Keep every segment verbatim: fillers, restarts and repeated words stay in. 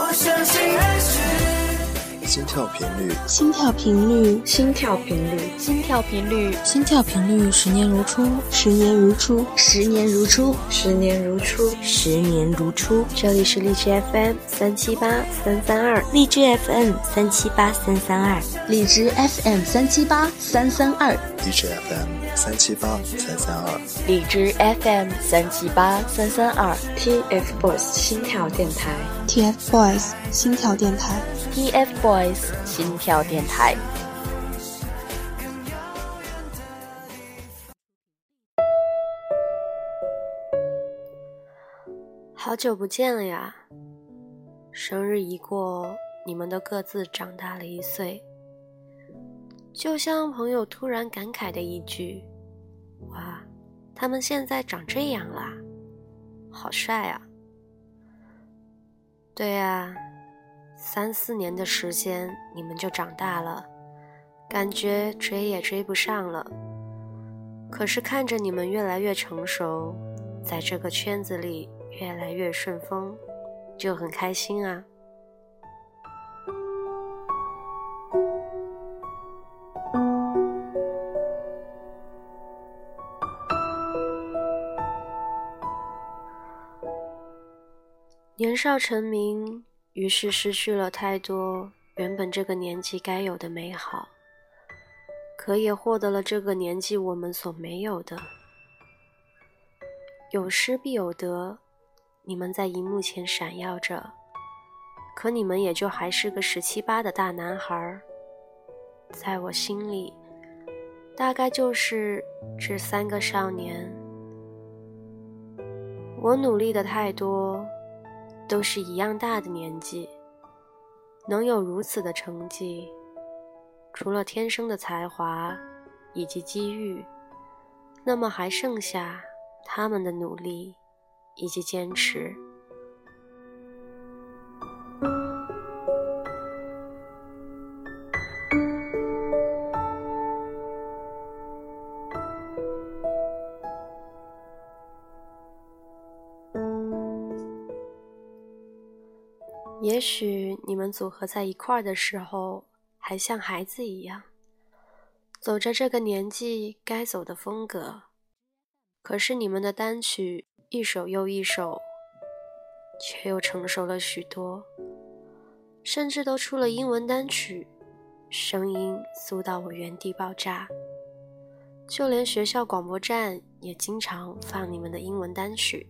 我相信爱是心跳频率， 心跳频率， 心跳频率， 心跳频率， 心跳频率，十年如初，十年如初， 十年如初， 十年如初， 十年如初。 这里是荔枝 F M 三七八三三二， 荔枝 F M 三七八三三二， 荔枝 F M 三七八三三二， 荔枝 F M 三七八三三二， 荔枝 F M 三七八三三二 T F Boys 心跳电台 T F Boys 心跳电台 T F Boys 心跳电台。 好久不见了呀，生日一过，你们都各自长大了一岁，就像朋友突然感慨的一句，哇，他们现在长这样啦，好帅啊。对啊，三四年的时间你们就长大了，感觉追也追不上了，可是看着你们越来越成熟，在这个圈子里越来越顺风，就很开心啊。年少成名，于是失去了太多原本这个年纪该有的美好，可也获得了这个年纪我们所没有的。有失必有得，你们在荧幕前闪耀着，可你们也就还是个十七八的大男孩，在我心里大概就是这三个少年。我努力的太多，都是一样大的年纪，能有如此的成绩，除了天生的才华以及机遇，那么还剩下他们的努力以及坚持。也许你们组合在一块儿的时候还像孩子一样，走着这个年纪该走的风格，可是你们的单曲一首又一首，却又成熟了许多，甚至都出了英文单曲，声音酥到我原地爆炸。就连学校广播站也经常放你们的英文单曲。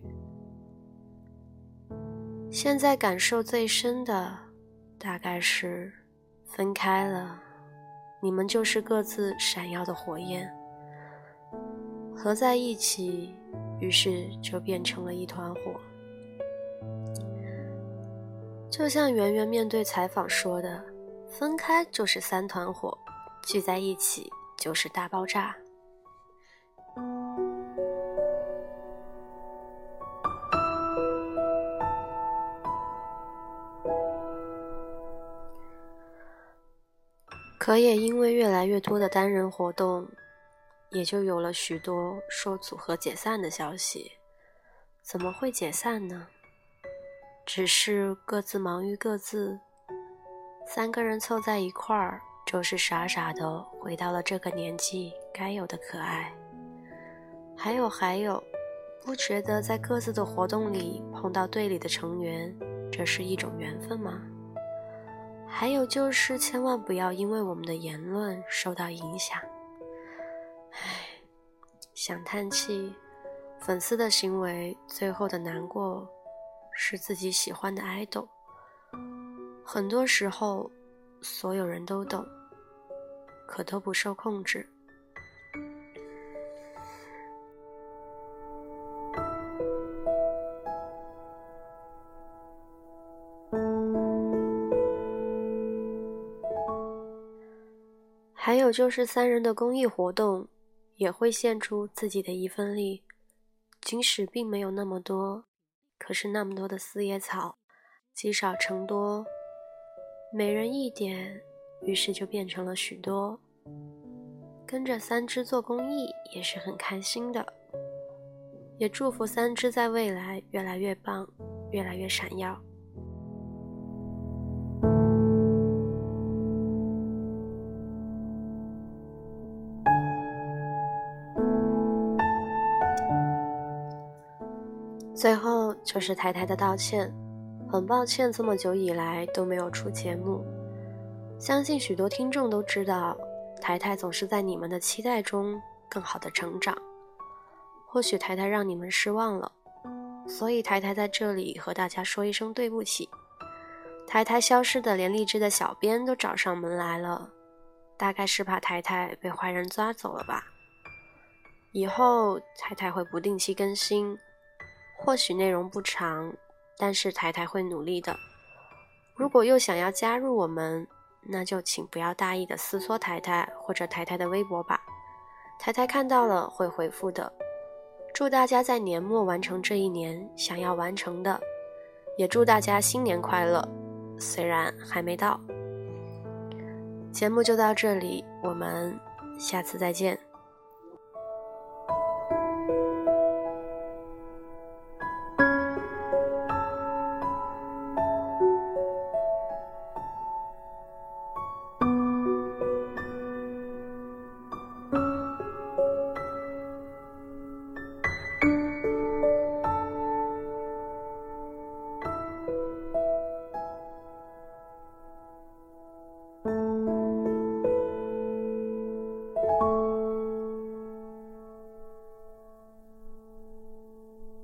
现在感受最深的大概是分开了，你们就是各自闪耀的火焰，合在一起，于是就变成了一团火。就像圆圆面对采访说的，分开就是三团火，聚在一起就是大爆炸。可也因为越来越多的单人活动，也就有了许多说组合解散的消息。怎么会解散呢？只是各自忙于各自，三个人凑在一块儿，就是傻傻的回到了这个年纪该有的可爱。还有还有，不觉得在各自的活动里碰到队里的成员，这是一种缘分吗？还有就是千万不要因为我们的言论受到影响。唉，想叹气，粉丝的行为最后的难过是自己喜欢的爱豆。很多时候所有人都懂，可都不受控制。还有就是三人的公益活动也会献出自己的一份力，即使并没有那么多，可是那么多的四叶草积少成多，每人一点，于是就变成了许多。跟着三只做公益也是很开心的，也祝福三只在未来越来越棒，越来越闪耀。 最后就是台台的道歉，很抱歉这么久以来都没有出节目。相信许多听众都知道，台台总是在你们的期待中更好的成长。或许台台让你们失望了，所以台台在这里和大家说一声对不起。台台消失的连荔枝的小编都找上门来了，大概是怕台台被坏人抓走了吧。以后台台会不定期更新，或许内容不长，但是台台会努力的。如果又想要加入我们，那就请不要大意的私戳台台或者台台的微博吧，台台看到了会回复的。祝大家在年末完成这一年想要完成的，也祝大家新年快乐，虽然还没到。节目就到这里，我们下次再见。